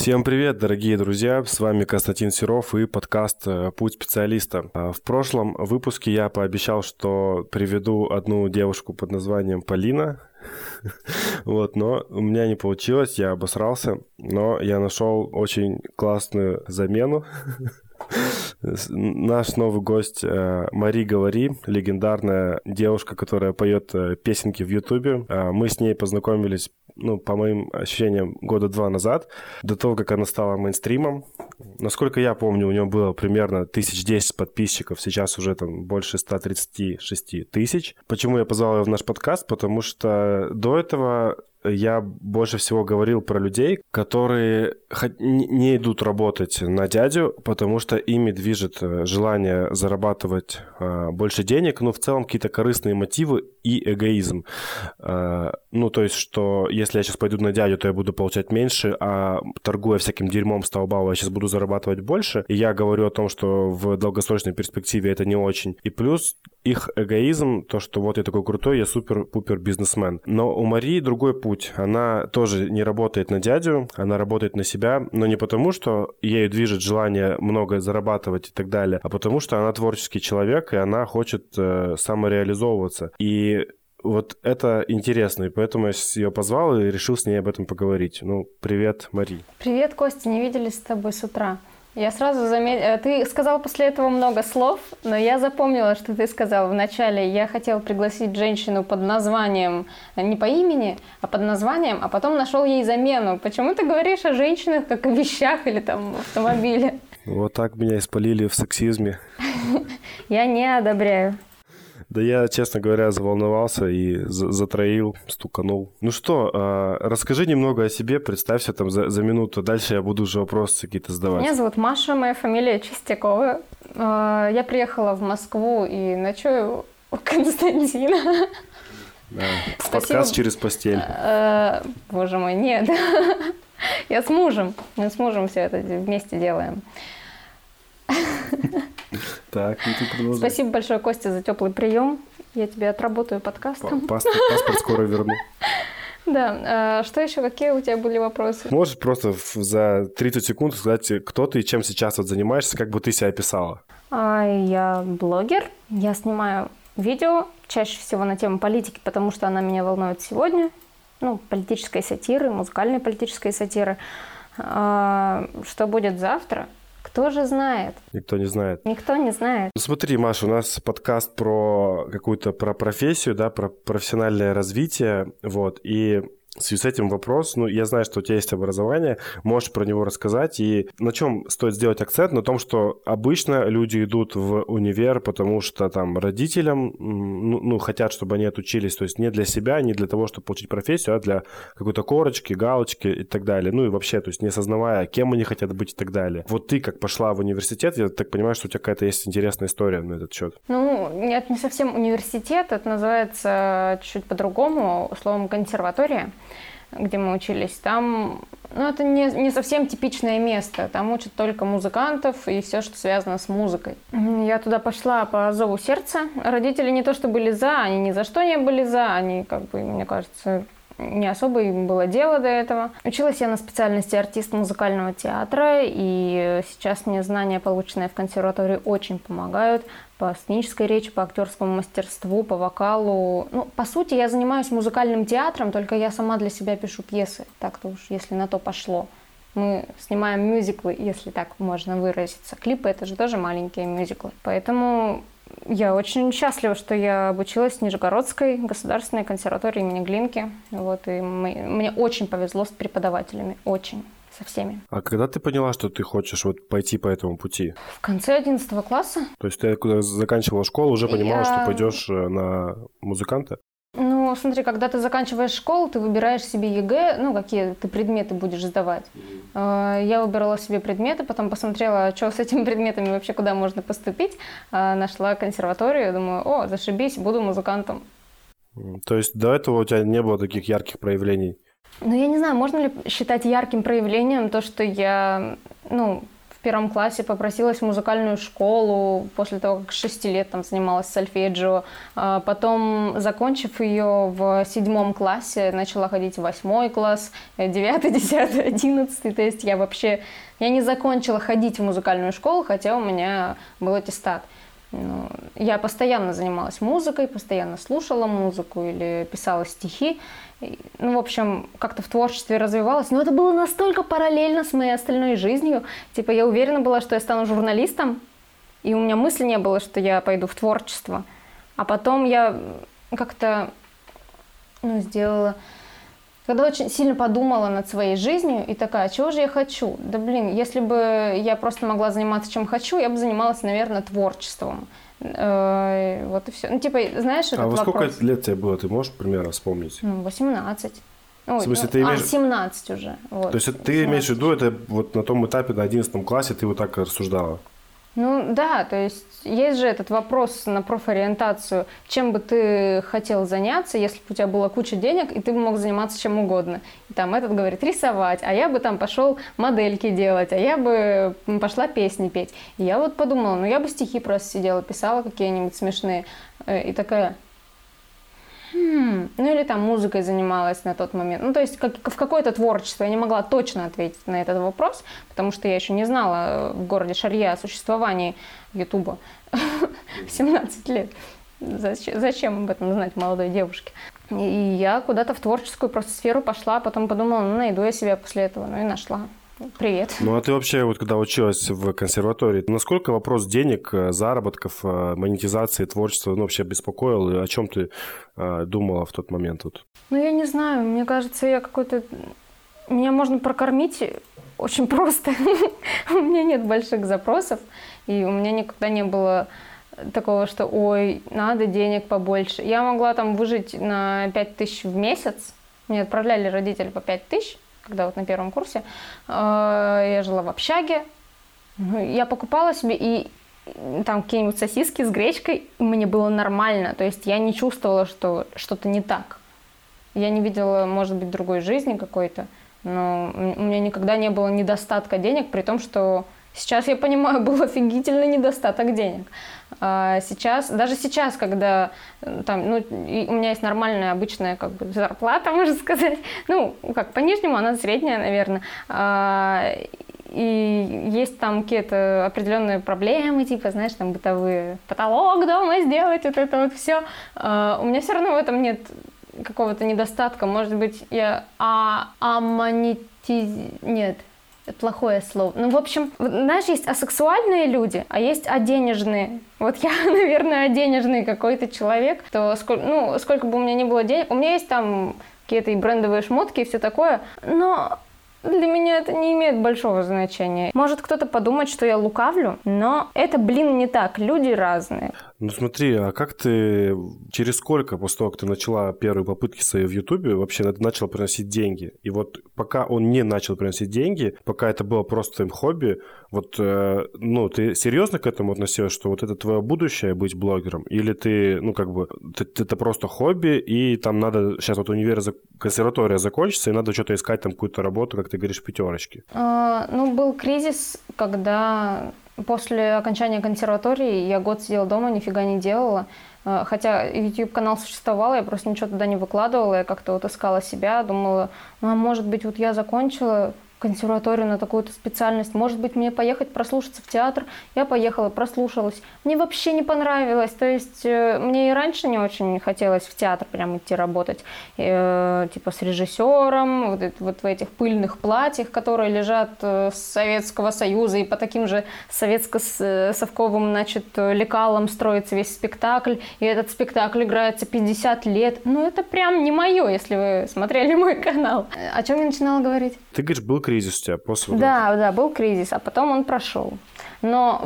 Всем привет, дорогие друзья! С вами Константин Серов и подкаст «Путь специалиста». В прошлом выпуске я пообещал, что приведу одну девушку под названием Полина. Но у меня не получилось, я обосрался, но я нашел очень классную замену. Наш новый гость Мари Говори, легендарная девушка, которая поет песенки в Ютубе. Мы с ней познакомились, по моим ощущениям, года 2 назад, до того, как она стала мейнстримом. Насколько я помню, у нее было примерно 1010 подписчиков, сейчас уже там больше 136 тысяч. Почему я позвал ее в наш подкаст? Потому что до этого я больше всего говорил про людей, которые не идут работать на дядю, потому что ими движет желание зарабатывать больше денег, в целом какие-то корыстные мотивы и эгоизм. То есть, что если я сейчас пойду на дядю, то я буду получать меньше, а торгуя всяким дерьмом с Taobao, я сейчас буду зарабатывать больше. И я говорю о том, что в долгосрочной перспективе это не очень. И плюс их эгоизм, то, что вот я такой крутой, я супер-пупер бизнесмен. Но у Марии другой путь. Она тоже не работает на дядю, она работает на себя, но не потому, что ею движет желание много зарабатывать и так далее, а потому что она творческий человек, и она хочет самореализовываться. И вот это интересно, и поэтому я ее позвал и решил с ней об этом поговорить. Привет, Мари. Привет, Костя, не виделись с тобой с утра. Я сразу заметила, ты сказал после этого много слов, но я запомнила, что ты сказал вначале. Я хотел пригласить женщину под названием, не по имени, а под названием, а потом нашел ей замену. Почему ты говоришь о женщинах как о вещах или там автомобиле? Вот так меня испалили в сексизме. Я не одобряю. Да я, честно говоря, заволновался и затроил, стуканул. Расскажи немного о себе, представься там за минуту. Дальше я буду уже вопросы какие-то задавать. Меня зовут Маша, моя фамилия Чистякова. Я приехала в Москву и ночую у Константина. Подкаст через постель. Боже мой, нет. Я с мужем. Мы с мужем все это вместе делаем. Так, ты продолжай. Спасибо большое, Костя, за теплый прием. Я тебе отработаю подкастом. Паспорт скоро верну. Да. Что еще? Какие у тебя были вопросы? Можешь просто за 30 секунд сказать, кто ты и чем сейчас занимаешься, как бы ты себя описала? Я блогер. Я снимаю видео, чаще всего на тему политики, потому что она меня волнует сегодня. Политической сатиры, музыкальной политической сатиры. Что будет завтра? Кто же знает? Никто не знает. Никто не знает. Смотри, Маша, у нас подкаст про профессию, да, про профессиональное развитие, и в связи с этим вопрос, я знаю, что у тебя есть образование, можешь про него рассказать, и на чем стоит сделать акцент? На том, что обычно люди идут в универ, потому что там родителям, хотят, чтобы они отучились, то есть не для себя, не для того, чтобы получить профессию, а для какой-то корочки, галочки и так далее, и вообще, то есть не осознавая, кем они хотят быть и так далее. Вот ты как пошла в университет, я так понимаю, что у тебя какая-то есть интересная история на этот счет. Нет, не совсем университет, это называется чуть-чуть по-другому, словом консерватория, где мы учились. Там, это не совсем типичное место. Там учат только музыкантов и все, что связано с музыкой. Я туда пошла по зову сердца. Родители не то что были за, они ни за что не были за. Они, мне кажется, не особо им было дело до этого. Училась я на специальности артист музыкального театра, и сейчас мне знания, полученные в консерватории, очень помогают по сценической речи, по актерскому мастерству, по вокалу. По сути, я занимаюсь музыкальным театром, только я сама для себя пишу пьесы. Так-то уж, если на то пошло. Мы снимаем мюзиклы, если так можно выразиться. Клипы — это же тоже маленькие мюзиклы. Поэтому я очень счастлива, что я обучилась в Нижегородской государственной консерватории имени Глинки. И мне очень повезло с преподавателями. Очень. Со всеми. А когда ты поняла, что ты хочешь пойти по этому пути? В конце 11 класса. То есть ты, когда заканчивала школу, уже понимала, что пойдешь на музыканта? Смотри, когда ты заканчиваешь школу, ты выбираешь себе ЕГЭ, какие ты предметы будешь сдавать. Я выбирала себе предметы, потом посмотрела, что с этими предметами вообще, куда можно поступить. Нашла консерваторию, думаю, зашибись, буду музыкантом. То есть до этого у тебя не было таких ярких проявлений? Я не знаю, можно ли считать ярким проявлением то, что я, в 1 классе попросилась в музыкальную школу, после того, как 6 лет там занималась сольфеджио. Потом, закончив ее в 7 классе, начала ходить в 8 класс, 9, 10, 11. То есть я не закончила ходить в музыкальную школу, хотя у меня был аттестат. Я постоянно занималась музыкой, постоянно слушала музыку или писала стихи. В общем, как-то в творчестве развивалась. Но это было настолько параллельно с моей остальной жизнью. Я уверена была, что я стану журналистом, и у меня мысли не было, что я пойду в творчество. А потом я как-то сделала... Когда очень сильно подумала над своей жизнью и такая, чего же я хочу? Да если бы я просто могла заниматься чем хочу, я бы занималась, наверное, творчеством. Вот и все. Знаешь, этот вопрос. А во сколько лет тебе было? Ты можешь примерно вспомнить? 18. В смысле, ты имеешь... 17 уже. Вот, то есть 18. ты имеешь в виду, это вот на том этапе, на 11 классе ты вот так рассуждала? Да, то есть же этот вопрос на профориентацию, чем бы ты хотел заняться, если бы у тебя была куча денег, и ты бы мог заниматься чем угодно. И там этот говорит рисовать, а я бы там пошел модельки делать, а я бы пошла песни петь. И я вот подумала, я бы стихи просто сидела, писала какие-нибудь смешные. И такая... или там музыкой занималась на тот момент. То есть в какое-то творчество. Я не могла точно ответить на этот вопрос, потому что я еще не знала в городе Шарья о существовании Ютуба в 17 лет. Зачем об этом знать молодой девушке? И я куда-то в творческую просто сферу пошла, а потом подумала, найду я себя после этого. И нашла. Привет. А ты вообще, вот когда училась в консерватории, насколько вопрос денег, заработков, монетизации, творчества вообще беспокоил? И о чем ты думала в тот момент? Я не знаю. Мне кажется, меня можно прокормить очень просто. У меня нет больших запросов. И у меня никогда не было такого, что надо денег побольше. Я могла там выжить на 5000 в месяц. Мне отправляли родители по 5000. Когда на 1 курсе, я жила в общаге, я покупала себе и там какие-нибудь сосиски с гречкой, и мне было нормально, то есть я не чувствовала, что что-то не так. Я не видела, может быть, другой жизни какой-то, но у меня никогда не было недостатка денег, при том, что сейчас, я понимаю, был офигительный недостаток денег. Даже сейчас, когда у меня есть нормальная, обычная зарплата, можно сказать, по нижнему она средняя, наверное, и есть там какие-то определенные проблемы, бытовые, потолок дома сделать, вот это вот все. У меня все равно в этом нет какого-то недостатка. Может быть, я нет. Это плохое слово. В общем, знаешь, есть асексуальные люди, а есть аденежные. Вот я, наверное, аденежный какой-то человек, то сколько бы у меня ни было денег, у меня есть там какие-то и брендовые шмотки и все такое, но для меня это не имеет большого значения. Может кто-то подумать, что я лукавлю, но это, не так. Люди разные. Смотри, а как ты, через сколько после того, как ты начала первые попытки свои в Ютубе, вообще начала приносить деньги? И вот пока он не начал приносить деньги, пока это было просто твоим хобби, ты серьезно к этому относилась, что вот это твое будущее быть блогером? Или ты, это просто хобби, и там надо, сейчас консерватория закончится, и надо что-то искать, там какую-то работу, как ты говоришь, в 5. Был кризис, когда... После окончания консерватории я год сидела дома, нифига не делала. Хотя YouTube-канал существовал, я просто ничего туда не выкладывала. Я как-то искала себя, думала, может быть, я закончила консерваторию на такую-то специальность. Может быть, мне поехать прослушаться в театр. Я поехала, прослушалась. Мне вообще не понравилось. То есть мне и раньше не очень хотелось в театр прям идти работать. С режиссером, вот в этих пыльных платьях, которые лежат с Советского Союза, и по таким же советско-совковым, лекалам строится весь спектакль. И этот спектакль играется 50 лет. Это прям не мое, если вы смотрели мой канал. О чем я начинала говорить? Ты говоришь, был кризис у тебя после... Да, был кризис, а потом он прошел. Но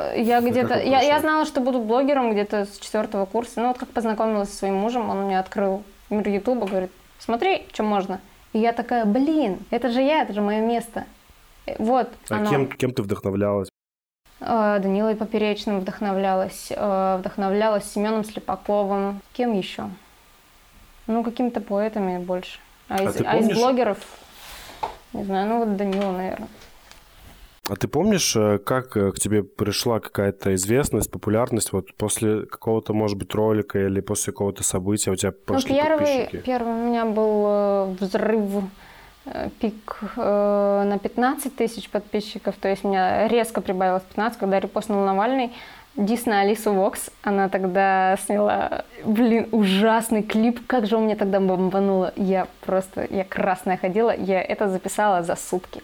я знала, что буду блогером где-то с 4 курса. Как познакомилась со своим мужем, он мне открыл мир Ютуба, говорит, смотри, что можно. И я такая, это же мое место. Вот оно. Кем ты вдохновлялась? Данилой Поперечным вдохновлялась Семеном Слепаковым. Кем еще? Какими-то поэтами больше. А из блогеров... Не знаю, Данила, наверное. А ты помнишь, как к тебе пришла какая-то известность, популярность вот после какого-то, может быть, ролика или после какого-то события у тебя пошли подписчики? Первый у меня был взрыв, пик на 15 тысяч подписчиков, то есть у меня резко прибавилось 15, когда репостнул Навальный. Дис на Алису Вокс, она тогда сняла, ужасный клип, как же он мне тогда бомбануло. Я красная ходила, я это записала за сутки.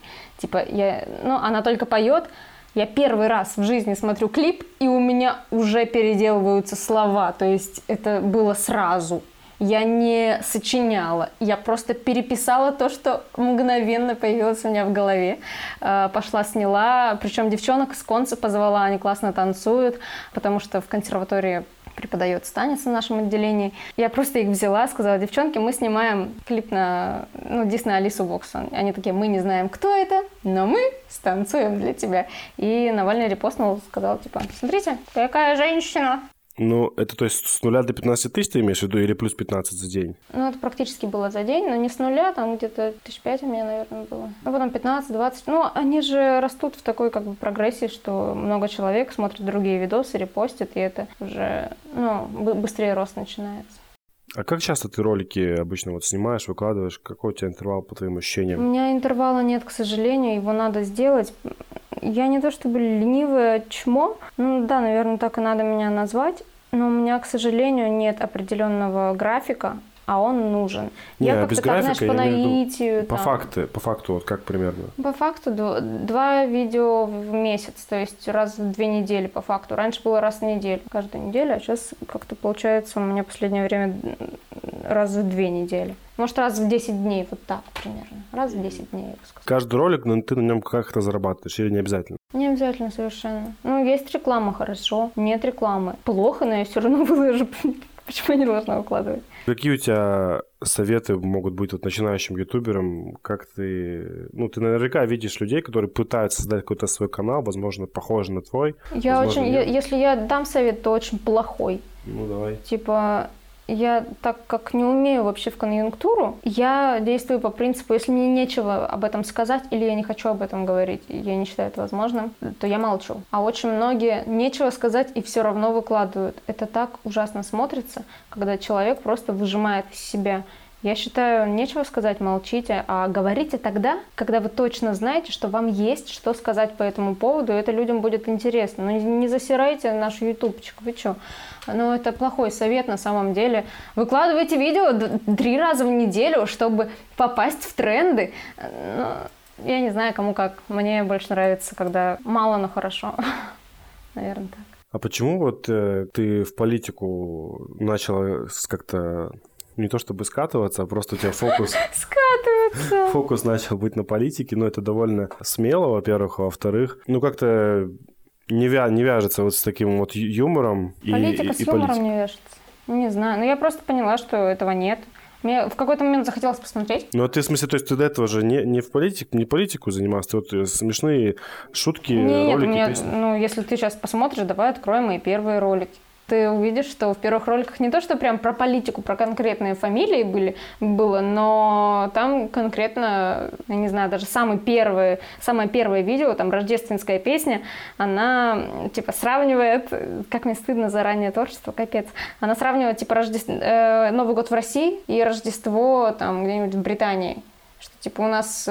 Она только поет, я первый раз в жизни смотрю клип, и у меня уже переделываются слова, то есть это было сразу. Я не сочиняла, я просто переписала то, что мгновенно появилось у меня в голове. Пошла, сняла, причем девчонок из конца позвала, они классно танцуют, потому что в консерватории преподается танец в нашем отделении. Я просто их взяла, сказала: девчонки, мы снимаем клип на Дис на Алису Вокс. Они такие: мы не знаем, кто это, но мы станцуем для тебя. И Навальный репостнул, сказал, смотрите, какая женщина. Это то есть с 0 до 15 тысяч ты имеешь в виду или плюс 15 за день? Это практически было за день, но не с нуля, там где-то 5 у меня, наверное, было. Потом 15-20. Они же растут в такой прогрессии, что много человек смотрят другие видосы, репостят, и это уже, быстрее рост начинается. А как часто ты ролики обычно снимаешь, выкладываешь? Какой у тебя интервал, по твоим ощущениям? У меня интервала нет, к сожалению, его надо сделать. Я не то чтобы ленивое чмо, наверное, так и надо меня назвать, но у меня, к сожалению, нет определенного графика, а он нужен. Я без как-то графика, по я имею в виду наитию. по факту, как примерно? По факту 2 видео в месяц, то есть раз в 2 недели по факту. Раньше было раз в неделю, каждую неделю, а сейчас как-то получается у меня в последнее время раз в 2 недели. Может, раз в 10 дней, вот так примерно. Раз в 10 дней, я бы сказала. Каждый ролик, ты на нем как-то зарабатываешь или не обязательно? Не обязательно совершенно. Есть реклама, хорошо. Нет рекламы. Плохо, но я все равно выложу. Почему я не должна выкладывать? Какие у тебя советы могут быть начинающим ютуберам? Как ты... ты наверняка видишь людей, которые пытаются создать какой-то свой канал, возможно, похожий на твой. Если я дам совет, то очень плохой. Давай. Я, так как не умею вообще в конъюнктуру, я действую по принципу, если мне нечего об этом сказать или я не хочу об этом говорить, я не считаю это возможным, то я молчу. А очень многие нечего сказать и все равно выкладывают. Это так ужасно смотрится, когда человек просто выжимает из себя. Я считаю, нечего сказать, молчите, а говорите тогда, когда вы точно знаете, что вам есть что сказать по этому поводу, и это людям будет интересно. Но не засирайте наш ютубчик, вы что? Это плохой совет на самом деле. Выкладывайте видео 3 раза в неделю, чтобы попасть в тренды. Я не знаю, кому как. Мне больше нравится, когда мало, но хорошо. Наверное, так. А почему ты в политику начала как-то... Не то чтобы скатываться, а просто у тебя фокус... Скатываться! Фокус начал быть на политике, это довольно смело, во-первых, а во-вторых, как-то не вяжется с таким юмором. Политика с юмором не вяжется. Не знаю, я просто поняла, что этого нет. Мне в какой-то момент захотелось посмотреть. Ты, в смысле, то есть ты до этого же не политику занимался, ты смешные шутки, ролики, песни? Если ты сейчас посмотришь, давай откроем мои первые ролики. Ты увидишь, что в первых роликах не то, что прям про политику, про конкретные фамилии было, но там конкретно, я не знаю, даже самое первое видео, там рождественская песня, она сравнивает, как мне стыдно за раннее творчество, капец, она сравнивает Новый год в России и Рождество там где-нибудь в Британии. Что у нас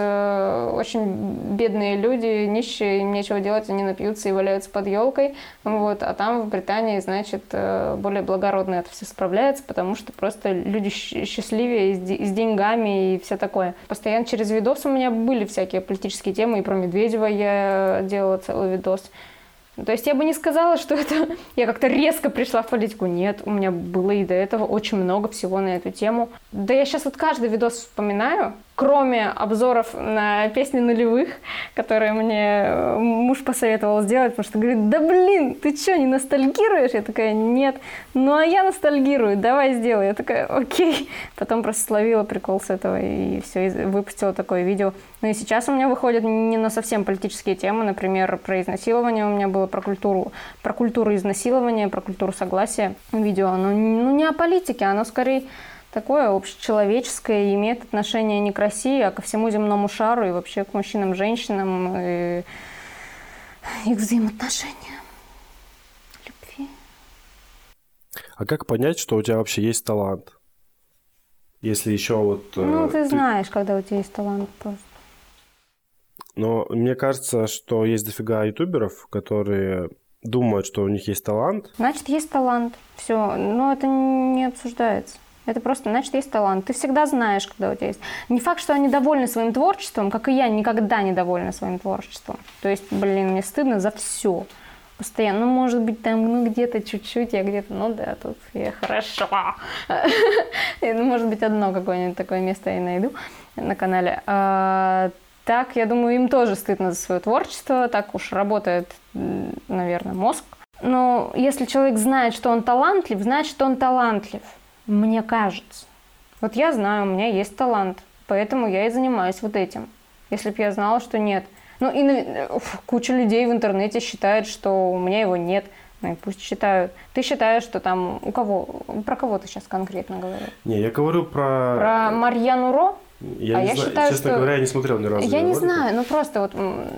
очень бедные люди, нищие, им нечего делать, они напьются и валяются под елкой. А там в Британии, значит, более благородно это все справляется, потому что просто люди счастливее, и с деньгами и все такое. Постоянно через видосы у меня были всякие политические темы, и про Медведева я делала целый видос. То есть я бы не сказала, что это я как-то резко пришла в политику. Нет, у меня было и до этого очень много всего на эту тему. Да я сейчас каждый видос вспоминаю, кроме обзоров на песни нулевых, которые мне муж посоветовал сделать, потому что говорит: да блин, ты что, не ностальгируешь? Я такая: нет. А я ностальгирую, давай сделай. Я такая: окей. Потом просто словила прикол с этого и все, и выпустила такое видео. И сейчас у меня выходят не на совсем политические темы, например, про изнасилование у меня было, про культуру изнасилования, про культуру согласия видео. Оно не о политике, оно скорее такое общечеловеческое и имеет отношение не к России, а ко всему земному шару и вообще к мужчинам, женщинам. И их взаимоотношения, любви. А как понять, что у тебя вообще есть талант? Если еще вот... Ну, ты знаешь, когда у тебя есть талант просто. Но мне кажется, что есть дофига ютуберов, которые думают, что у них есть талант. Значит, есть талант. Все. Но это не обсуждается. Это просто, значит, есть талант. Ты всегда знаешь, когда у тебя есть. Не факт, что они довольны своим творчеством, как и я никогда не довольна своим творчеством. То есть, мне стыдно за все. Постоянно. Ну, может быть, там, где-то чуть-чуть, я где-то, да, тут я хорошо. Может быть, одно какое-нибудь такое место я найду на канале. Так, я думаю, им тоже стыдно за свое творчество. Так уж работает, наверное, мозг. Но если человек знает, что он талантлив, значит, он талантлив. Мне кажется. Вот я знаю, у меня есть талант, поэтому я и занимаюсь вот этим. Если бы я знала, что нет. Куча людей в интернете считает, что у меня его нет. Ну и пусть считают. Ты считаешь, что там у кого? Про кого ты сейчас конкретно говоришь? Не, я говорю про... Про Марьяну Ро? Я считаю, честно говоря, я не смотрел ни разу. Я не знаю, просто вот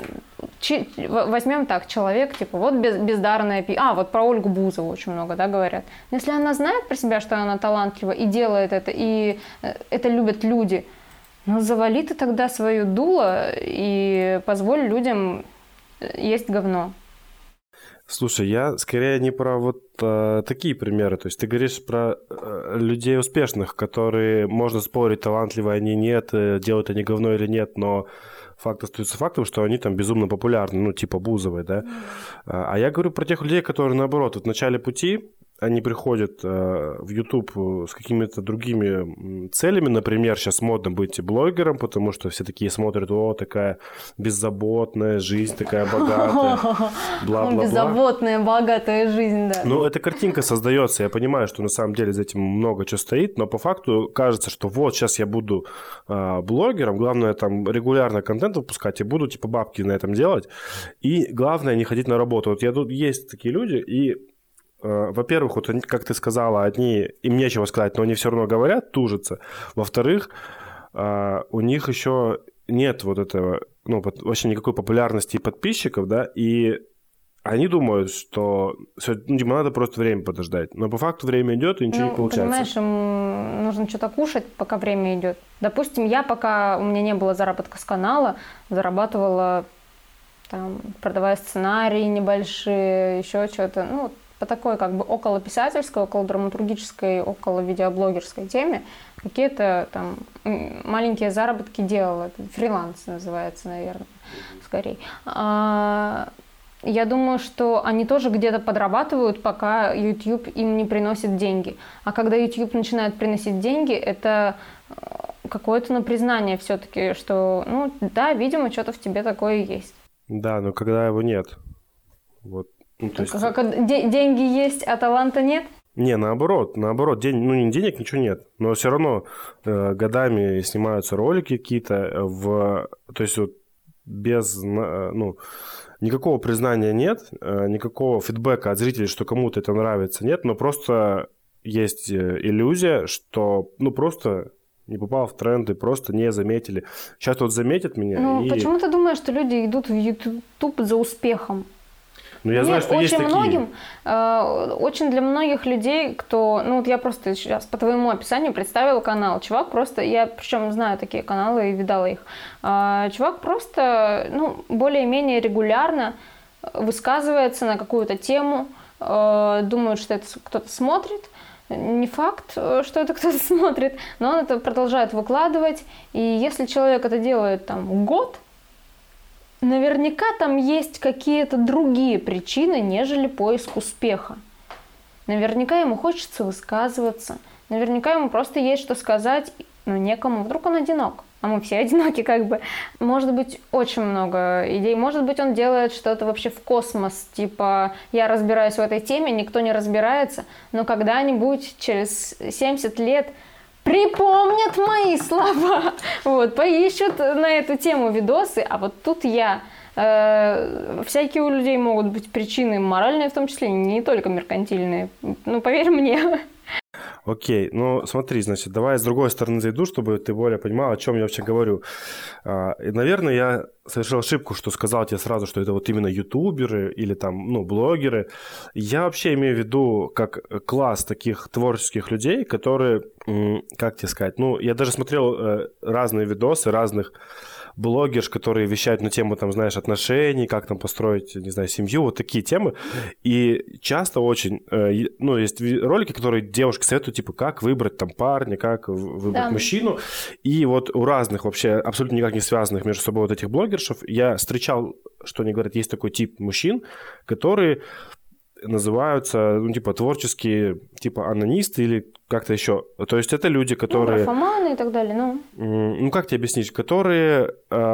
возьмем так, человек, типа, вот бездарная вот про Ольгу Бузову очень много, да, говорят. Если она знает про себя, что она талантлива и делает это, и это любят люди, завали ты тогда свое дуло и позволь людям есть говно. Слушай, я скорее не про вот такие примеры. То есть ты говоришь про людей успешных, которые, можно спорить, талантливы они нет, делают они говно или нет, но факт остается фактом, что они там безумно популярны, типа Бузовой, да. А я говорю про тех людей, которые, наоборот, в начале пути, они приходят в YouTube с какими-то другими целями. Например, сейчас модно быть блогером, потому что все такие смотрят, такая беззаботная жизнь, такая богатая, бла-бла-бла. Беззаботная, богатая жизнь, да. Эта картинка создается. Я понимаю, что на самом деле за этим много чего стоит, но по факту кажется, что вот сейчас я буду блогером, главное там регулярно контент выпускать и буду типа бабки на этом делать. И главное не ходить на работу. Вот тут есть такие люди, и во-первых, вот как ты сказала, им нечего сказать, но они все равно говорят, тужатся. Во-втых, у них еще нет вот этого, вообще никакой популярности и подписчиков, да, и они думают, что надо просто время подождать. Но по факту время идет, и ничего не получается. Понимаешь, им нужно что-то кушать, пока время идет. Допустим, я, пока у меня не было заработка с канала, зарабатывала, продавая сценарии небольшие, еще что-то, по такой как бы около писательской, около драматургической, около видеоблогерской теме какие-то там маленькие заработки делала. Фриланс называется, наверное, скорее. Я думаю, что они тоже где-то подрабатывают, пока YouTube им не приносит деньги. А когда YouTube начинает приносить деньги, это какое-то признание все-таки, что, да, видимо, что-то в тебе такое есть. Да, но когда его нет. Вот. Деньги есть, а таланта нет? Не, наоборот, денег ничего нет, но все равно годами снимаются ролики какие-то, то есть вот без, никакого признания нет, никакого фидбэка от зрителей, что кому-то это нравится, нет, но просто есть иллюзия, что, просто не попал в тренды, просто не заметили. Сейчас вот заметят меня Почему ты думаешь, что люди идут в YouTube за успехом? Я знаю, что есть такие. Очень для многих людей, кто... я просто сейчас по твоему описанию представила канал. Чувак просто... Я причем знаю такие каналы и видала их. Чувак просто, более-менее регулярно высказывается на какую-то тему, думает, что это кто-то смотрит. Не факт, что это кто-то смотрит, но он это продолжает выкладывать. И если человек это делает год, наверняка там есть какие-то другие причины, нежели поиск успеха. Наверняка ему хочется высказываться. Наверняка ему просто есть что сказать, но некому. Вдруг он одинок. А мы все одиноки как бы. Может быть, очень много идей. Может быть, он делает что-то вообще в космос. Типа, я разбираюсь в этой теме, никто не разбирается. Но когда-нибудь, через 70 лет, припомнят мои слова, поищут на эту тему видосы, а вот тут я. Всякие у людей могут быть причины моральные, в том числе, не только меркантильные. Поверь мне. Окей, ну смотри, значит, давай с другой стороны зайду, чтобы ты более понимал, о чем я вообще говорю. И, наверное, я совершил ошибку, что сказал тебе сразу, что это вот именно ютуберы или там, ну, блогеры. Я вообще имею в виду как класс таких творческих людей, которые, как тебе сказать, ну, я даже смотрел разные видосы разных блогерш, которые вещают на тему, там, знаешь, отношений, как там построить, не знаю, семью, вот такие темы. И часто очень, ну, есть ролики, которые девушки советуют, типа, как выбрать там парня, как выбрать мужчину. И вот у разных вообще абсолютно никак не связанных между собой вот этих блогершев я встречал, что они говорят, есть такой тип мужчин, которые называются, ну, типа, творческие, типа, анонисты или как-то еще. То есть это люди, которые... Ну, графоманы и так далее, ну. Ну, как тебе объяснить? Которые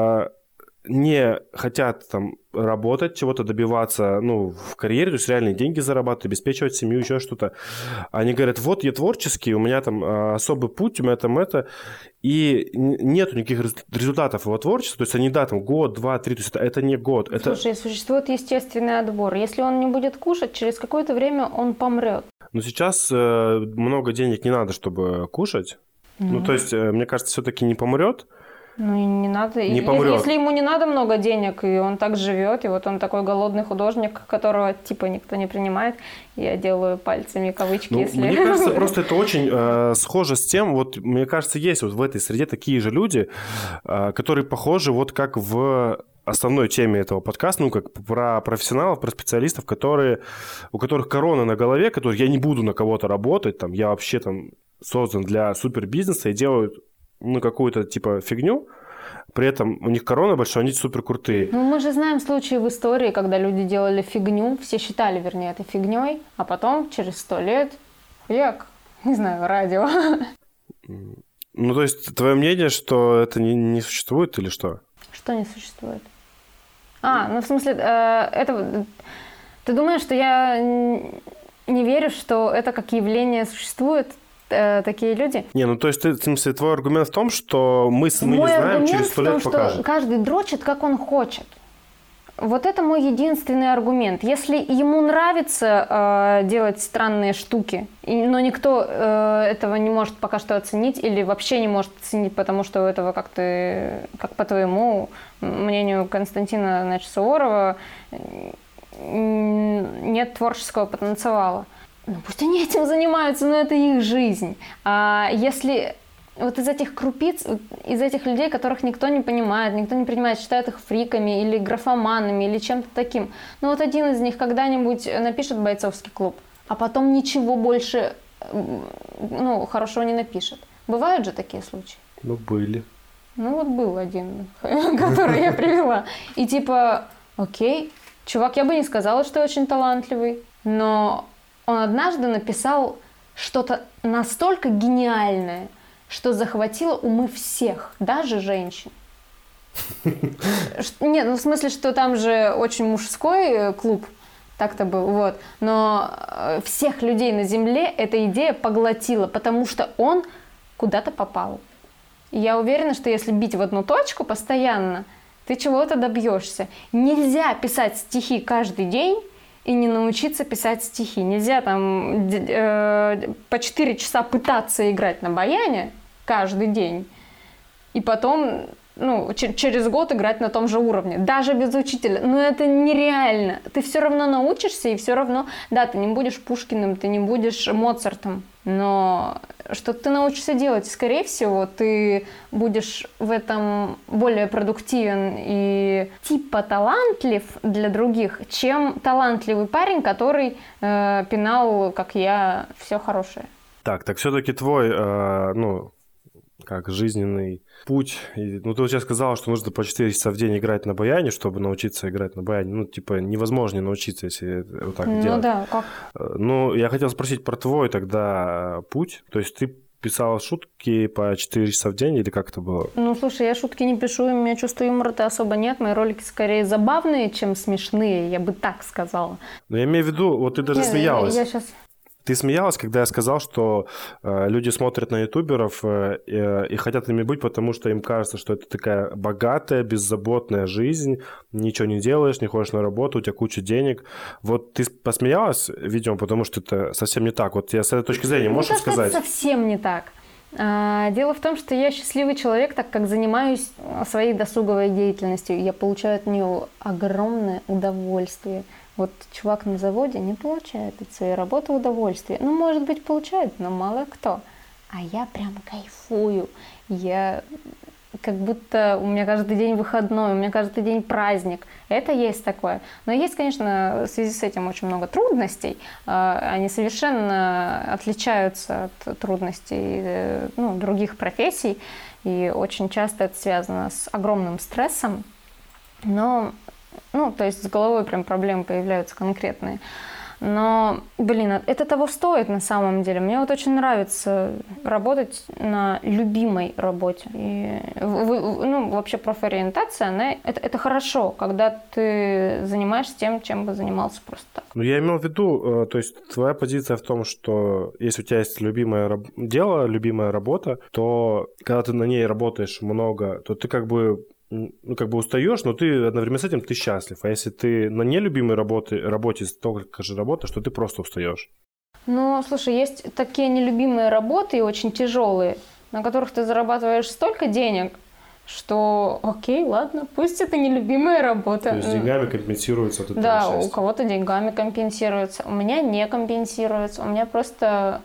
не хотят там работать, чего-то добиваться, ну, в карьере, то есть реальные деньги зарабатывать, обеспечивать семью, еще что-то. Они говорят, вот я творческий, у меня там особый путь, у меня там это, и нету никаких результатов его творчества, то есть они, да, там год, два, три, то есть это не год. Слушай, существует естественный отбор. Если он не будет кушать, через какое-то время он помрет. Но сейчас много денег не надо, чтобы кушать. Ну, то есть, мне кажется, все-таки не помрет. Ну, и не надо. Не помрет. Если ему не надо много денег, и он так живет, и вот он такой голодный художник, которого типа никто не принимает, я делаю пальцами кавычки, ну, если... Мне кажется, просто это очень схоже с тем, вот, мне кажется, есть вот в этой среде такие же люди, которые похожи вот как в основной теме этого подкаста, ну, как про профессионалов, про специалистов, у которых корона на голове, которые я не буду на кого-то работать, там, я вообще там создан для супербизнеса и делают, ну, какую-то, типа, фигню, при этом у них корона большая, они супер крутые. Ну, мы же знаем случаи в истории, когда люди делали фигню, все считали, вернее, это фигней, а потом, через 100 лет, не знаю, радио. Ну, то есть, твое мнение, что это не существует или что? Что не существует? Ну, в смысле, ты думаешь, что я не верю, что это как явление существует? Такие люди. Не, ну то есть, в смысле, твой аргумент в том, что мы не знаем, через 100 лет покажет. Что каждый дрочит, как он хочет. Вот это мой единственный аргумент. Если ему нравится делать странные штуки, но никто этого не может пока что оценить или вообще не может оценить, потому что у этого, как по твоему мнению Константина, значит, Суворова, нет творческого потенциала. Ну, пусть они этим занимаются, но это их жизнь. А если вот из этих крупиц, из этих людей, которых никто не принимает, считают их фриками или графоманами или чем-то таким, ну вот один из них когда-нибудь напишет бойцовский клуб, а потом ничего больше, ну, хорошего не напишет. Бывают же такие случаи? Ну, были. Ну, вот был один, который я привела. И типа, окей, чувак, я бы не сказала, что очень талантливый, но... Он однажды написал что-то настолько гениальное, что захватило умы всех, даже женщин. Нет, ну в смысле, что там же очень мужской клуб, так-то был, вот. Но всех людей на Земле эта идея поглотила, потому что он куда-то попал. И я уверена, что если бить в одну точку постоянно, ты чего-то добьешься. Нельзя писать стихи каждый день, и не научиться писать стихи. Нельзя там по 4 часа пытаться играть на баяне каждый день, и потом, ну, через год играть на том же уровне, даже без учителя. Но это нереально. Ты все равно научишься, и все равно, да, ты не будешь Пушкиным, ты не будешь Моцартом, но что ты научишься делать, скорее всего, ты будешь в этом более продуктивен и типа талантлив для других, чем талантливый парень, который пинал, как я, все хорошее. Так все-таки твой, как жизненный путь. Ну, ты вот сейчас сказала, что нужно по 4 часа в день играть на баяне, чтобы научиться играть на баяне. Ну, типа, невозможно не научиться, если вот так делать. Ну да, как? Ну, я хотел спросить про твой тогда путь. То есть ты писала шутки по 4 часа в день или как это было? Ну, слушай, я шутки не пишу, у меня чувства юмора-то особо нет. Мои ролики скорее забавные, чем смешные, я бы так сказала. Но я имею в виду, вот ты даже смеялась. Я сейчас... Ты смеялась, когда я сказал, что люди смотрят на ютуберов и хотят ими быть, потому что им кажется, что это такая богатая, беззаботная жизнь, ничего не делаешь, не ходишь на работу, у тебя куча денег. Вот ты посмеялась, видимо, потому что это совсем не так. Вот я с этой точки зрения можешь сказать? Это совсем не так. Дело в том, что я счастливый человек, так как занимаюсь своей досуговой деятельностью. Я получаю от нее огромное удовольствие. Вот чувак на заводе не получает от своей работы удовольствия. Ну, может быть, получает, но мало кто. А я прям кайфую. Я как будто у меня каждый день выходной, у меня каждый день праздник. Это есть такое. Но есть, конечно, в связи с этим очень много трудностей. Они совершенно отличаются от трудностей других профессий. И очень часто это связано с огромным стрессом. Но, то есть с головой прям проблемы появляются конкретные. Но, это того стоит на самом деле. Мне вот очень нравится работать на любимой работе. И, вообще профориентация, это хорошо, когда ты занимаешься тем, чем бы занимался просто так. Я имел в виду, то есть твоя позиция в том, что если у тебя есть любимое дело, любимая работа, то когда ты на ней работаешь много, то ты как бы устаешь, но ты одновременно с этим ты счастлив. А если ты на нелюбимой работе столько же работаешь, то ты просто устаешь. Слушай, есть такие нелюбимые работы, очень тяжелые, на которых ты зарабатываешь столько денег, что окей, ладно, пусть это нелюбимая работа. То есть деньгами компенсируется от этого счастья. У кого-то деньгами компенсируется, у меня не компенсируется, у меня просто...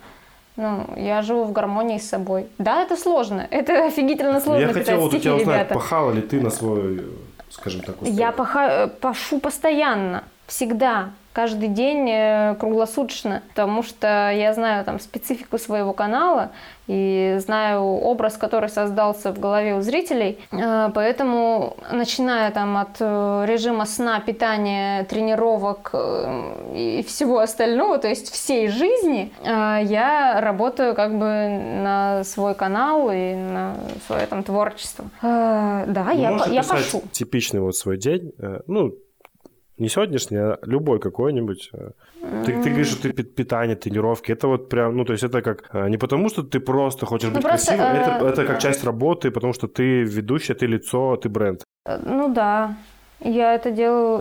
я живу в гармонии с собой. Да, это сложно. Это офигительно сложно. Я хотел у тебя узнать, пахала ли ты на свой, скажем так, успех? Я пашу постоянно, всегда. Каждый день, круглосуточно, потому что я знаю специфику своего канала и знаю образ, который создался в голове у зрителей, поэтому, начиная от режима сна, питания, тренировок и всего остального, то есть всей жизни, я работаю на свой канал и на свое творчество. Да, я пашу. Типичный свой день, не сегодняшний, а любой какой-нибудь. Ты говоришь, что ты питание, тренировки. Это прям, то есть это как... Не потому, что ты просто хочешь быть красивым, это как часть работы, потому что ты ведущая, ты лицо, ты бренд. Да, я это делаю.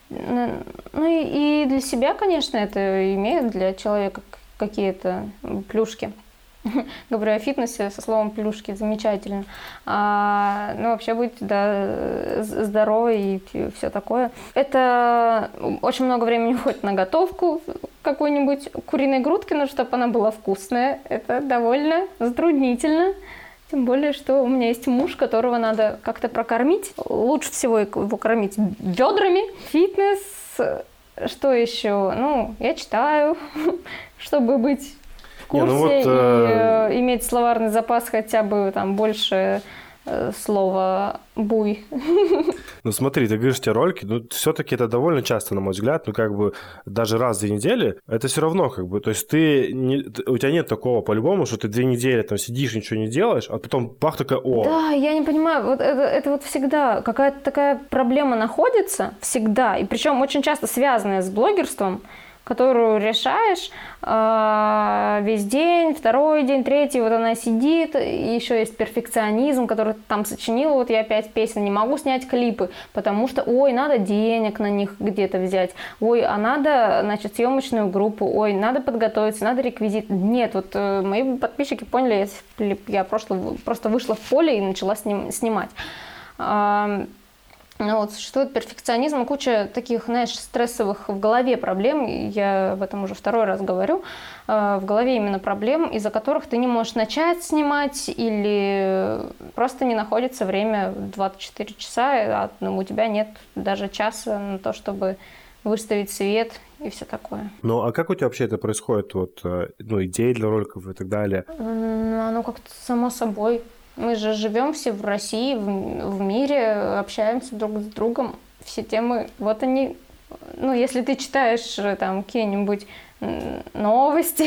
И для себя, конечно, это имеет для человека какие-то плюшки. Говорю о фитнесе со словом плюшки, замечательно. Вообще быть, здоровой и все такое. Это очень много времени уходит на готовку какой-нибудь куриной грудки, но чтобы она была вкусная, это довольно затруднительно. Тем более, что у меня есть муж, которого надо как-то прокормить. Лучше всего его кормить бедрами. Фитнес, что еще? Я читаю, чтобы быть в курсе и иметь словарный запас хотя бы больше слова «буй». Смотри, ты говоришь, у тебя ролики, все-таки это довольно часто, на мой взгляд, даже раз в 2 недели, это все равно то есть у тебя нет такого по-любому, что ты 2 недели сидишь, ничего не делаешь, а потом бах, такая, о. Да, я не понимаю, это всегда какая-то такая проблема находится, всегда, и причем очень часто связанная с блогерством, которую решаешь весь день, 2-й день, 3-й, она сидит, и еще есть перфекционизм, который ты сочинила, я 5 песен, не могу снять клипы, потому что, надо денег на них где-то взять, а надо, съемочную группу, надо подготовиться, надо реквизит. Нет, мои подписчики поняли, я просто вышла в поле и начала снимать. Существует перфекционизм, куча таких, стрессовых в голове проблем, я об этом уже 2-й раз говорю, в голове именно проблем, из-за которых ты не можешь начать снимать или просто не находится время 24 часа, а у тебя нет даже часа на то, чтобы выставить свет и все такое. А как у тебя вообще это происходит, идеи для роликов и так далее? Оно как-то само собой. Мы же живем все в России, в мире, общаемся друг с другом. Все темы, они... если ты читаешь какие-нибудь новости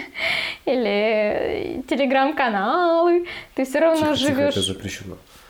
или телеграм-каналы, ты все равно живешь... Это запрещено.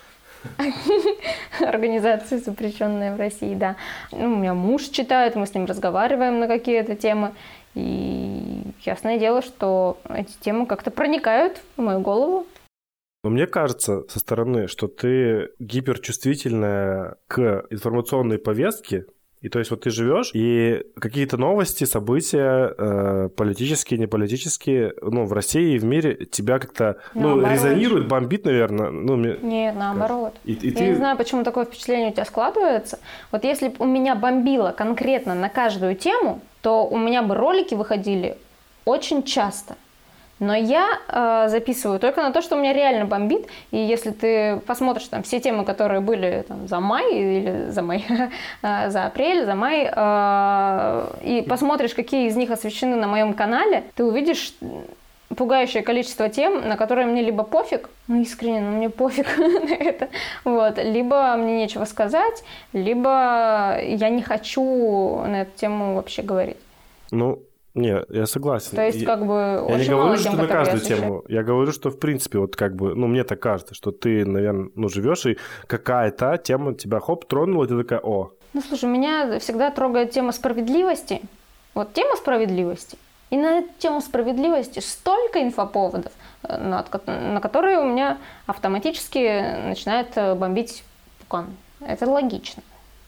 Организация, запрещенная в России, да. У меня муж читает, мы с ним разговариваем на какие-то темы. И ясное дело, что эти темы как-то проникают в мою голову. Но мне кажется со стороны, что ты гиперчувствительная к информационной повестке. И то есть вот ты живешь, и какие-то новости, события, политические, неполитические, в России и в мире тебя как-то, резонирует, бомбит, наверное. Нет, наоборот. И Я ты... не знаю, почему такое впечатление у тебя складывается. Вот если бы у меня бомбило конкретно на каждую тему, то у меня бы ролики выходили очень часто. Но я записываю только на то, что у меня реально бомбит. И если ты посмотришь там все темы, которые были там, за май или за апрель, за май, и посмотришь, какие из них освещены на моем канале, ты увидишь пугающее количество тем, на которые мне либо пофиг, искренне, мне пофиг на это, либо мне нечего сказать, либо я не хочу на эту тему вообще говорить. Нет, я согласен. То есть, я очень не говорю, мало что тем, на каждую освещаю. тему. Я говорю, что, в принципе, мне так кажется, что ты, наверное, живешь, и какая-то тема тебя, тронула, и ты такая, о. Слушай, меня всегда трогает тема справедливости. Вот тема справедливости. И на эту тему справедливости столько инфоповодов, на которые у меня автоматически начинает бомбить пукан. Это логично.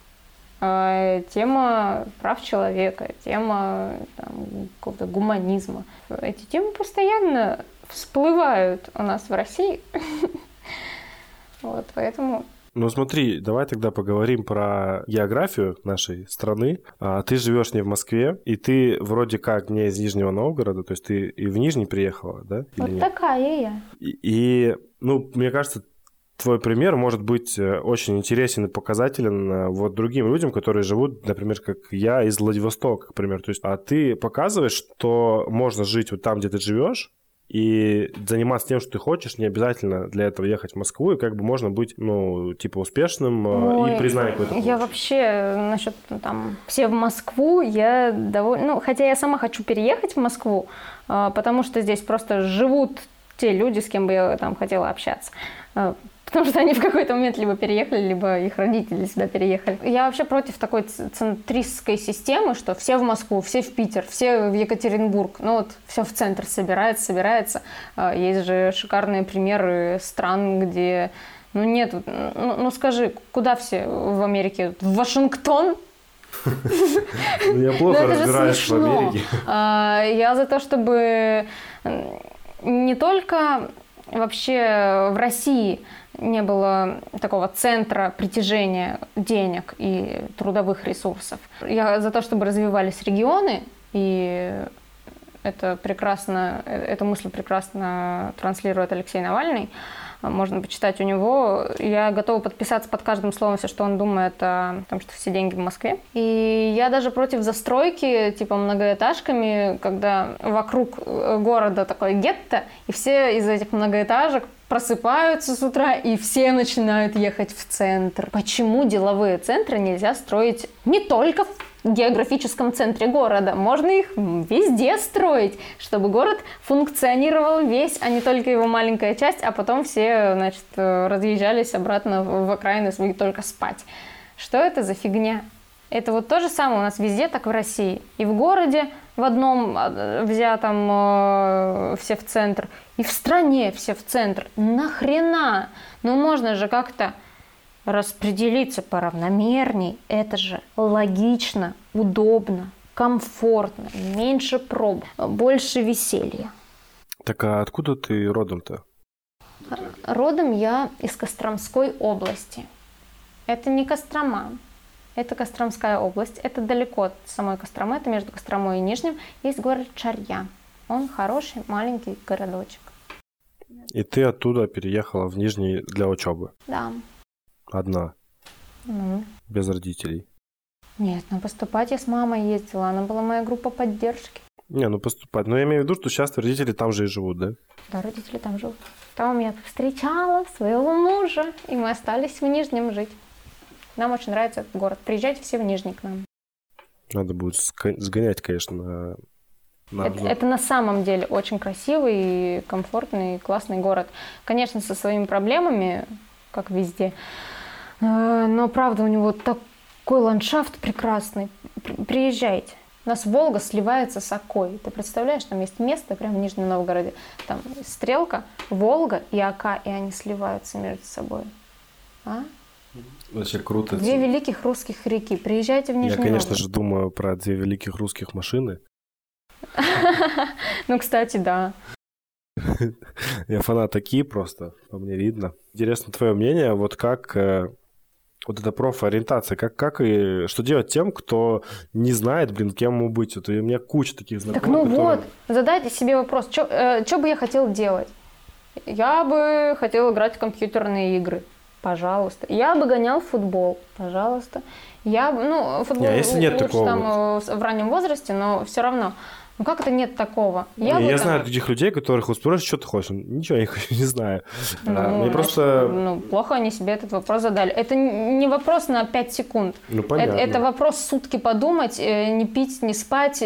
Тема прав человека, тема какого-то гуманизма. Эти темы постоянно всплывают у нас в России. Поэтому... Смотри, давай тогда поговорим про географию нашей страны. Ты живешь не в Москве, и ты вроде как не из Нижнего Новгорода, то есть ты и в Нижний приехала, да? Вот такая я. И мне кажется, твой пример может быть очень интересен и показателен другим людям, которые живут, например, как я, из Владивостока, к примеру. То есть, ты показываешь, что можно жить вот там, где ты живешь, и заниматься тем, что ты хочешь, не обязательно для этого ехать в Москву, и можно быть, успешным и признать какой-то получше. Я вообще насчет все в Москву, я довольно... хотя я сама хочу переехать в Москву, потому что здесь просто живут те люди, с кем бы я там хотела общаться. Потому что они в какой-то момент либо переехали, либо их родители сюда переехали. Я вообще против такой центристской системы, что все в Москву, все в Питер, все в Екатеринбург. Все в центр собирается. Есть же шикарные примеры стран, где... нет... скажи, куда все в Америке? В Вашингтон? Я плохо разбираюсь в Америке. Я за то, чтобы не только вообще в России не было такого центра притяжения денег и трудовых ресурсов. Я за то, чтобы развивались регионы, и эту мысль прекрасно транслирует Алексей Навальный. Можно почитать у него. Я готова подписаться под каждым словом, все, что он думает о том, что все деньги в Москве. И я даже против застройки, многоэтажками, когда вокруг города такое гетто, и все из этих многоэтажек просыпаются с утра, и все начинают ехать в центр. Почему деловые центры нельзя строить не только в географическом центре города? Можно их везде строить, чтобы город функционировал весь, а не только его маленькая часть, а потом все, разъезжались обратно в окраины свои только спать. Что это за фигня? Это то же самое у нас везде, так в России. И в городе в одном взятом все в центр, и в стране все в центр. Нахрена? Можно же как-то распределиться поравномерней. Это же логично, удобно, комфортно, меньше проб, больше веселья. Так а откуда ты родом-то? Родом я из Костромской области. Это не Кострома. Это Костромская область. Это далеко от самой Костромы. Это между Костромой и Нижним. Есть город Чарья. Он хороший, маленький городочек. И ты оттуда переехала в Нижний для учебы? Да. Одна? Без родителей? Нет, поступать я с мамой ездила. Она была моя группа поддержки. Поступать. Но я имею в виду, что сейчас родители там же и живут, да? Да, родители там живут. Там я встречала своего мужа, и мы остались в Нижнем жить. Нам очень нравится этот город. Приезжайте все в Нижний к нам. Надо будет сгонять, конечно, на это на самом деле очень красивый, комфортный, классный город. Конечно, со своими проблемами, как везде. Но, правда, у него такой ландшафт прекрасный. Приезжайте. У нас Волга сливается с Окой. Ты представляешь, там есть место прямо в Нижнем Новгороде. Там стрелка, Волга и Ока, и они сливаются между собой. А? Вообще круто. Две великих русских реки. Приезжайте в Нижний Новгород. Я, конечно же, думаю про две великих русских машины. Ну, кстати, да. Я фанат такие просто, по мне видно. Интересно твое мнение, вот как вот эта профориентация, как и что делать тем, кто не знает, кем ему быть. Вот, и у меня куча таких знакомых. Так ну которые... вот, задайте себе вопрос, что бы я хотел делать? Я бы хотел играть в компьютерные игры. Пожалуйста. Я бы гонял в футбол. Пожалуйста. Я бы, футбол если нет лучше такого там в раннем возрасте, но все равно. Ну как это нет такого? Я знаю таких людей, которых спрашивают, что ты хочешь. Ничего, я не знаю. Мне просто... плохо они себе этот вопрос задали. Это не вопрос на 5 секунд. Ну, понятно. Это вопрос сутки подумать, не пить, не спать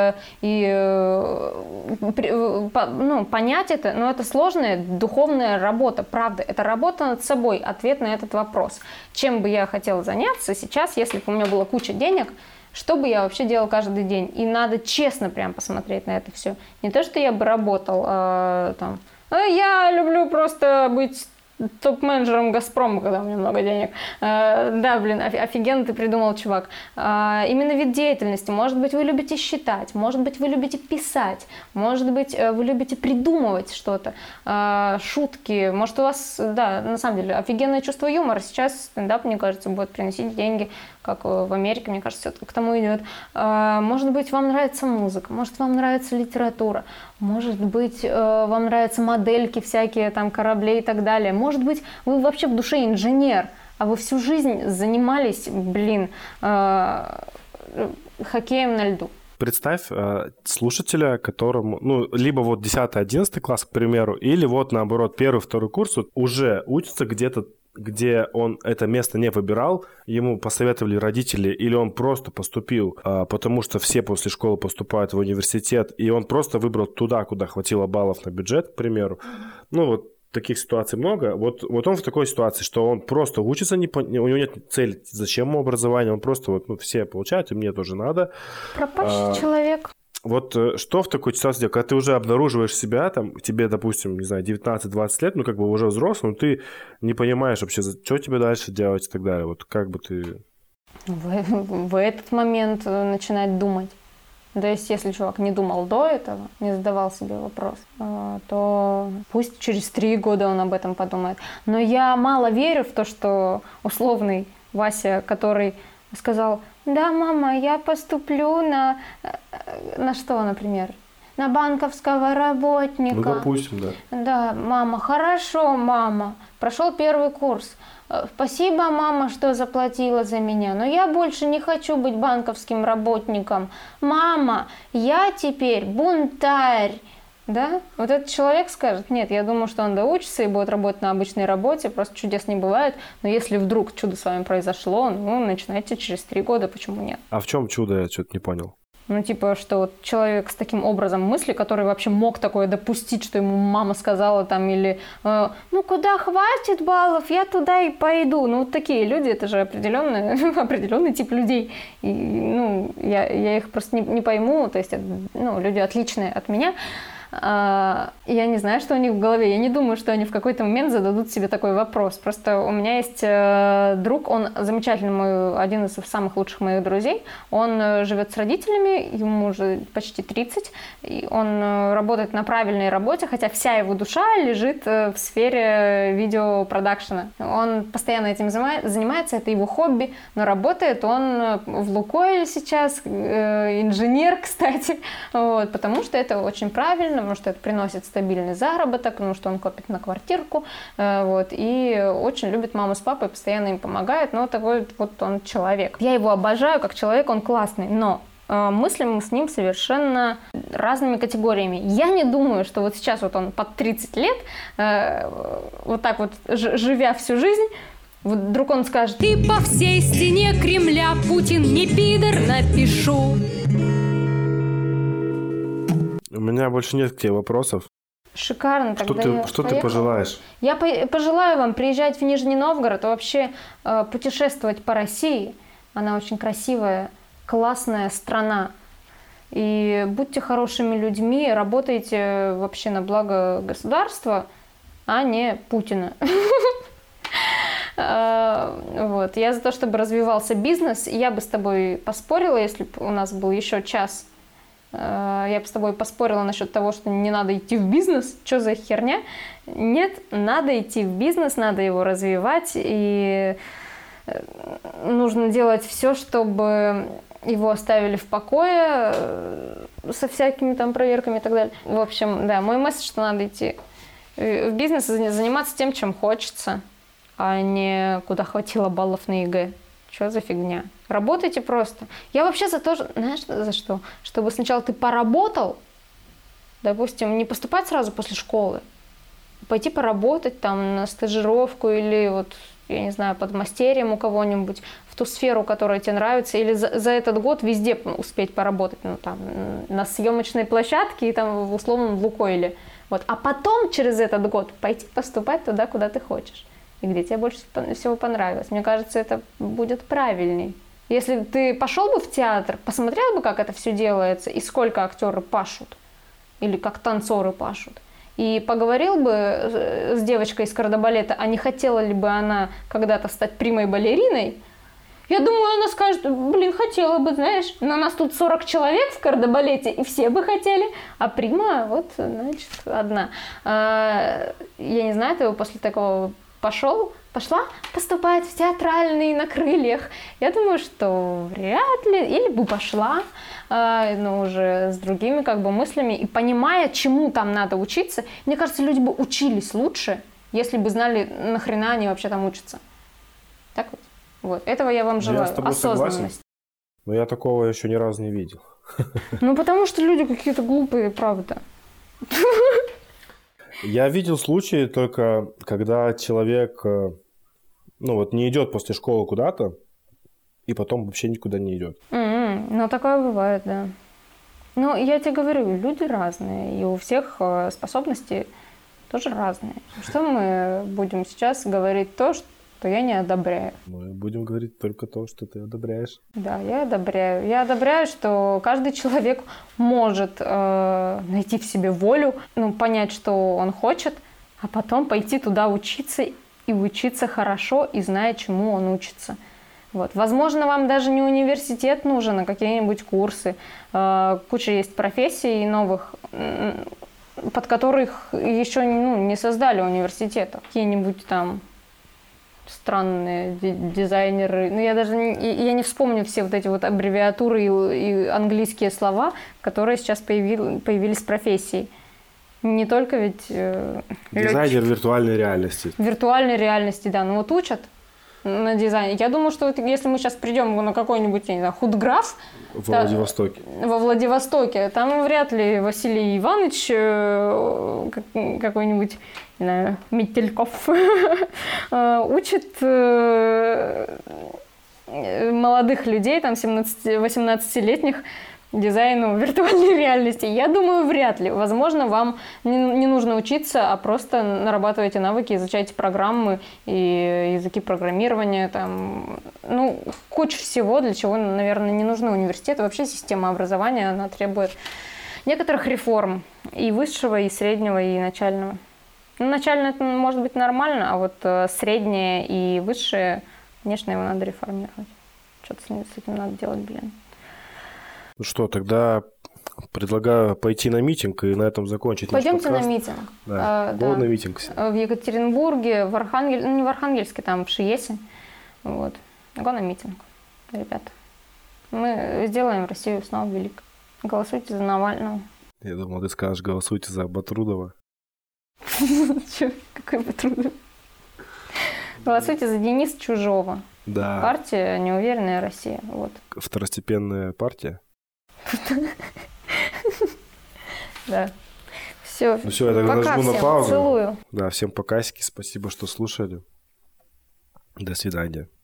и понять это. Но это сложная духовная работа, правда. Это работа над собой, ответ на этот вопрос. Чем бы я хотела заняться сейчас, если бы у меня была куча денег, что бы я вообще делала каждый день? И надо честно прям посмотреть на это все. Не то, что я бы работал там. Я люблю просто быть топ-менеджером «Газпрома», когда у меня много денег. Да, блин, офигенно ты придумал, чувак. Именно вид деятельности. Может быть, вы любите считать, может быть, вы любите писать, может быть, вы любите придумывать что-то, шутки. Может, у вас, да, на самом деле, офигенное чувство юмора. Сейчас стендап, мне кажется, будет приносить деньги, как в Америке, мне кажется, все к тому идет. Может быть, вам нравится музыка, может, вам нравится литература, может быть, вам нравятся модельки всякие, там, кораблей и так далее. Может быть, вы вообще в душе инженер, а вы всю жизнь занимались, хоккеем на льду. Представь слушателя, которому, либо вот 10-11 класс, к примеру, или вот наоборот 1-2 курс уже учится где-то, где он это место не выбирал, ему посоветовали родители, или он просто поступил, потому что все после школы поступают в университет, и он просто выбрал туда, куда хватило баллов на бюджет, к примеру. Вот таких ситуаций много. Вот он в такой ситуации, что он просто учится, у него нет цели, зачем ему образование, он просто все получают, и мне тоже надо. Пропащий человек. Вот что в такой ситуации делать, когда ты уже обнаруживаешь себя, там, тебе, допустим, не знаю, 19-20 лет, уже взрослый, но ты не понимаешь вообще, что тебе дальше делать и так далее. Вот как бы ты... В этот момент начинать думать. То есть, если чувак не думал до этого, не задавал себе вопрос, то пусть через 3 года он об этом подумает. Но я мало верю в то, что условный Вася, который сказал: да, мама, я поступлю на что, например? На банковского работника. Допустим, да. Да, мама, хорошо, мама. Прошел 1 курс. Спасибо, мама, что заплатила за меня, но я больше не хочу быть банковским работником. Мама, я теперь бунтарь. Да? Вот этот человек скажет: нет, я думаю, что он доучится и будет работать на обычной работе, просто чудес не бывает, но если вдруг чудо с вами произошло, начинайте через 3 года, почему нет? А в чем чудо, я что-то не понял. Что вот человек с таким образом мысли, который вообще мог такое допустить, что ему мама сказала там, или куда хватит баллов, я туда и пойду. Вот такие люди, это же определенный тип людей. И, я их просто не пойму, то есть люди отличные от меня. Я не знаю, что у них в голове. Я не думаю, что они в какой-то момент зададут себе такой вопрос. Просто у меня есть друг, он замечательный, один из самых лучших моих друзей. Он живет с родителями, ему уже почти 30, и он работает на правильной работе, хотя вся его душа лежит в сфере видеопродакшена. Он постоянно этим занимается, это его хобби, но работает он в Лукойле сейчас, инженер, кстати, потому что это очень правильно, потому что это приносит стабильный заработок, потому что он копит на квартирку, и очень любит маму с папой, постоянно им помогает, такой вот он человек. Я его обожаю как человек, он классный, но мыслим мы с ним совершенно разными категориями. Я не думаю, что вот сейчас вот он под 30 лет, вот так вот живя всю жизнь, вдруг он скажет: и по всей стене Кремля Путин не пидор напишу. У меня больше нет к тебе вопросов. Шикарно. Что ты пожелаешь? Я пожелаю вам приезжать в Нижний Новгород, вообще путешествовать по России. Она очень красивая, классная страна. И будьте хорошими людьми, работайте вообще на благо государства, а не Путина. Вот. Я за то, чтобы развивался бизнес. Я бы с тобой поспорила, если бы у нас был еще час. Я бы с тобой поспорила насчет того, что не надо идти в бизнес. Что за херня? Нет, надо идти в бизнес, надо его развивать. И нужно делать все, чтобы его оставили в покое со всякими там проверками и так далее. В общем, да, мой месседж, что надо идти в бизнес и заниматься тем, чем хочется, а не куда хватило баллов на ЕГЭ. Что за фигня? Работайте просто. Я вообще за то, знаешь, за что? Чтобы сначала ты поработал, допустим, не поступать сразу после школы, пойти поработать там на стажировку или вот, я не знаю, подмастерьем у кого-нибудь в ту сферу, которая тебе нравится, или за этот год везде успеть поработать, ну, там, на съемочной площадке и там в условном Лукойле. Вот. А потом через этот год пойти поступать туда, куда ты хочешь. И где тебе больше всего понравилось. Мне кажется, это будет правильней. Если ты пошел бы в театр, посмотрел бы, как это все делается, и сколько актеры пашут, или как танцоры пашут, и поговорил бы с девочкой из кардебалета, а не хотела ли бы она когда-то стать примой балериной, я думаю, она скажет, блин, хотела бы, знаешь, но у нас тут 40 человек в кардебалете, и все бы хотели, а прима, вот, значит, одна. Я не знаю, ты после такого пошла поступать в театральный на крыльях. Я думаю, что вряд ли, или бы пошла, но уже с другими как бы мыслями и понимая, чему там надо учиться. Мне кажется, люди бы учились лучше, если бы знали, нахрена они вообще там учатся. Так вот. Вот. Этого я вам желаю. Я с тобой осознанность. согласен, но я такого еще ни разу не видел. Ну, потому что люди какие-то глупые, правда. Я видел случаи только, когда человек, ну вот, не идет после школы куда-то, и потом вообще никуда не идет. Ну, такое бывает, да. Ну, я тебе говорю, люди разные, и у всех способности тоже разные. Что мы будем сейчас говорить то, что я не одобряю? Мы будем говорить только то, что ты одобряешь. Да, я одобряю. Я одобряю, что каждый человек может найти в себе волю, ну, понять, что он хочет, а потом пойти туда учиться и учиться хорошо, и зная, чему он учится. Вот. Возможно, вам даже не университет нужен, а какие-нибудь курсы. Куча есть профессий новых, под которых еще не создали университета. Какие-нибудь там странные дизайнеры. Ну, я даже не вспомню все вот эти вот аббревиатуры и английские слова, которые сейчас появились в профессии. Не только ведь... Дизайнер виртуальной реальности. Виртуальной реальности, да. Ну вот учат на дизайне. Я думаю, что вот если мы сейчас придем на какой-нибудь, я не знаю, худграф... Владивостоке. Во Владивостоке. Там вряд ли Василий Иванович какой-нибудь, не знаю, Метельков учит молодых людей, там 17-18-летних, дизайну виртуальной реальности. Я думаю, вряд ли. Возможно, вам не нужно учиться, а просто нарабатывайте навыки, изучайте программы и языки программирования. Там, ну, куча всего, для чего, наверное, не нужны университеты. Вообще система образования, она требует некоторых реформ. И высшего, и среднего, и начального. Ну, начальное это может быть нормально, а вот среднее и высшее, конечно, его надо реформировать. Что-то с этим надо делать, блин. Ну что, тогда предлагаю пойти на митинг и на этом закончить. Пойдемте на митинг. Да, да. На митинг. В Екатеринбурге, в Архангельске, ну не в Архангельске, там в Шиесе. Вот. Го на митинг, ребята. Мы сделаем Россию снова великой. Голосуйте за Навального. Я думал, ты скажешь, голосуйте за Батрудова. Че, какой Батрудов? Голосуйте за Дениса Чужого. Да. Партия «Неуверенная Россия». Вот. Второстепенная партия. Да. Все. Ну все, я тогда нажму на паузу. Целую. Да, всем покасики. Спасибо, что слушали. До свидания.